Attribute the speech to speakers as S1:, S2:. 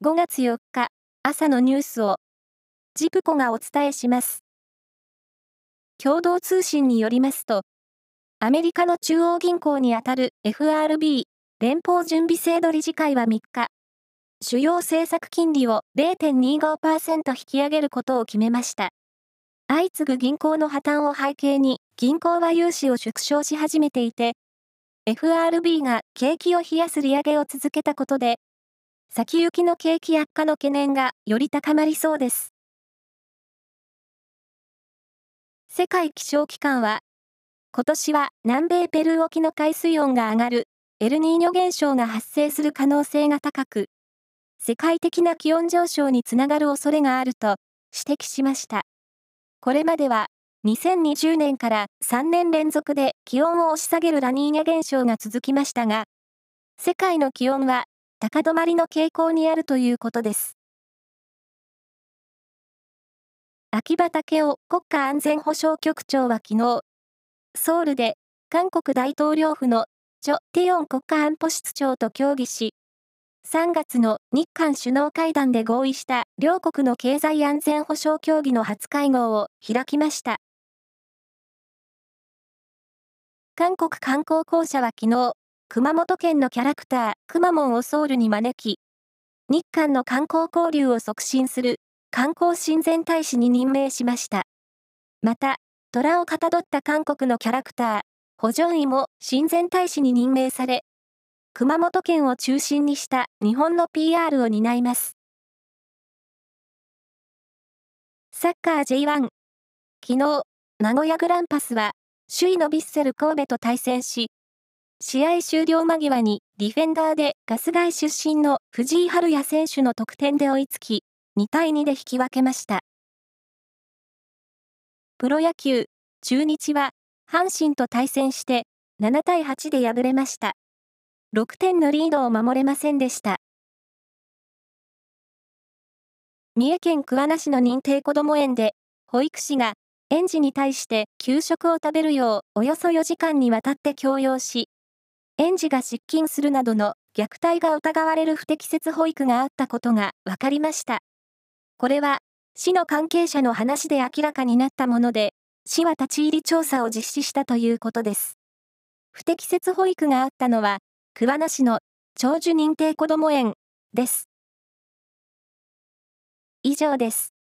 S1: 5月4日、朝のニュースを、ジプコがお伝えします。共同通信によりますと、アメリカの中央銀行にあたる FRB、連邦準備制度理事会は3日、主要政策金利を 0.25% 引き上げることを決めました。相次ぐ銀行の破綻を背景に、銀行は融資を縮小し始めていて、FRB が景気を冷やす利上げを続けたことで、先行きの景気悪化の懸念がより高まりそうです。世界気象機関は、今年は南米ペルー沖の海水温が上がるエルニーニョ現象が発生する可能性が高く、世界的な気温上昇につながる恐れがあると指摘しました。これまでは2020年から3年連続で気温を押し下げるラニーニャ現象が続きましたが、世界の気温は高止まりの傾向にあるということです。秋葉剛男国家安全保障局長は昨日、ソウルで韓国大統領府のチョ・テヨン国家安保室長と協議し、3月の日韓首脳会談で合意した両国の経済安全保障協議の初会合を開きました。韓国観光公社は昨日、熊本県のキャラクター、くまモンをソウルに招き、日韓の観光交流を促進する観光親善大使に任命しました。また、虎をかたどった韓国のキャラクター、ホジョンイも親善大使に任命され、熊本県を中心にした日本の PR を担います。サッカー J1。昨日、名古屋グランパスは、首位のヴィッセル神戸と対戦し、試合終了間際にディフェンダーで春日井出身の藤井陽也選手の得点で追いつき、2対2で引き分けました。プロ野球、中日は、阪神と対戦して、7対8で敗れました。6点のリードを守れませんでした。三重県桑名市の認定こども園で、保育士が、園児に対して給食を食べるようおよそ4時間にわたって強要し、園児が失禁するなどの虐待が疑われる不適切保育があったことが分かりました。これは、市の関係者の話で明らかになったもので、市は立ち入り調査を実施したということです。不適切保育があったのは、桑名市の長寿認定こども園です。以上です。